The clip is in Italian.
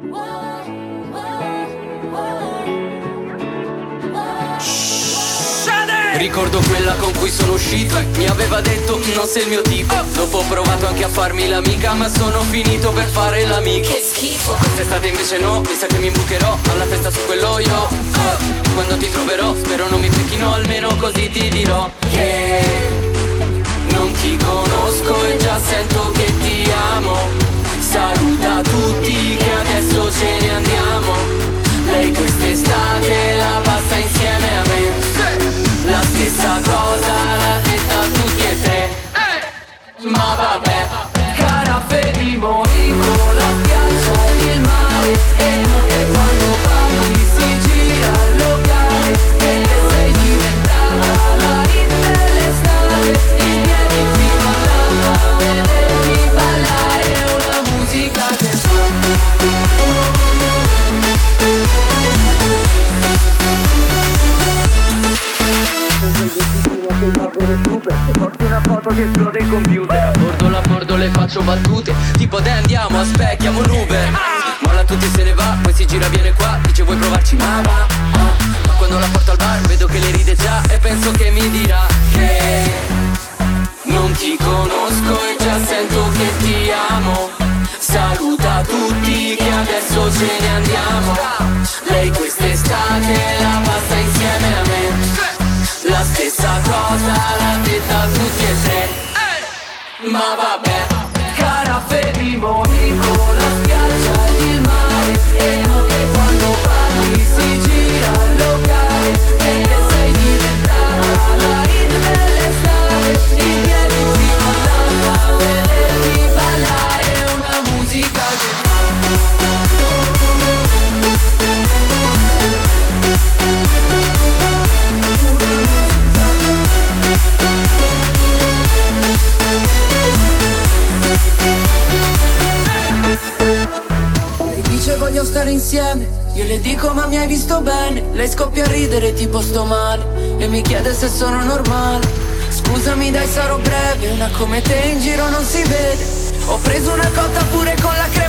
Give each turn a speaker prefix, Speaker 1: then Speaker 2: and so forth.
Speaker 1: Ricordo quella con cui sono uscito, mi aveva detto non sei il mio tipo. Dopo ho provato anche a farmi l'amica, ma sono finito per fare l'amico. Che schifo. Quest'estate invece no, mi sa che mi imbucherò alla festa su quello io. Quando ti troverò, spero non mi becchino, almeno così ti dirò che non ti conosco e già sento che ti amo. Saluta tutti che adesso ce ne andiamo. Lei quest'estate la passa insieme a me. La stessa cosa l'ha detta a tutti e tre. Ma vabbè, carafe di Monaco, la spiaggia e il mare. E che quando parli si gira il locale. E sei diventata la hit dell'estate. I piedi ti ballano, vedermi ballare una musica che porti una foto che esplode il computer. A bordo le faccio battute, tipo dai andiamo, aspettiamo un Uber. Molla tutti se ne va, poi si gira viene qua, dice vuoi provarci ma va. Ma quando la porto al bar vedo che le ride già e penso che mi dirà che non ti conosco e già sento che ti amo. Saluta tutti che adesso ce ne andiamo. Lei quest'estate la passa insieme a me. La stessa cosa l'ha detta a tutti e tre. Ma vabbè, carafe di Monaco, la spiaggia ed il mare. E che quando parli si gira il locale. E sei diventata la hit dell'estate. I piedi ti ballano, a vedermi ballare una musica che voglio stare insieme, io le dico ma mi hai visto bene. Lei scoppia a ridere tipo sto male e mi chiede se sono normale. Scusami dai sarò breve, una come te in giro non si vede. Ho preso una cotta pure con la crema.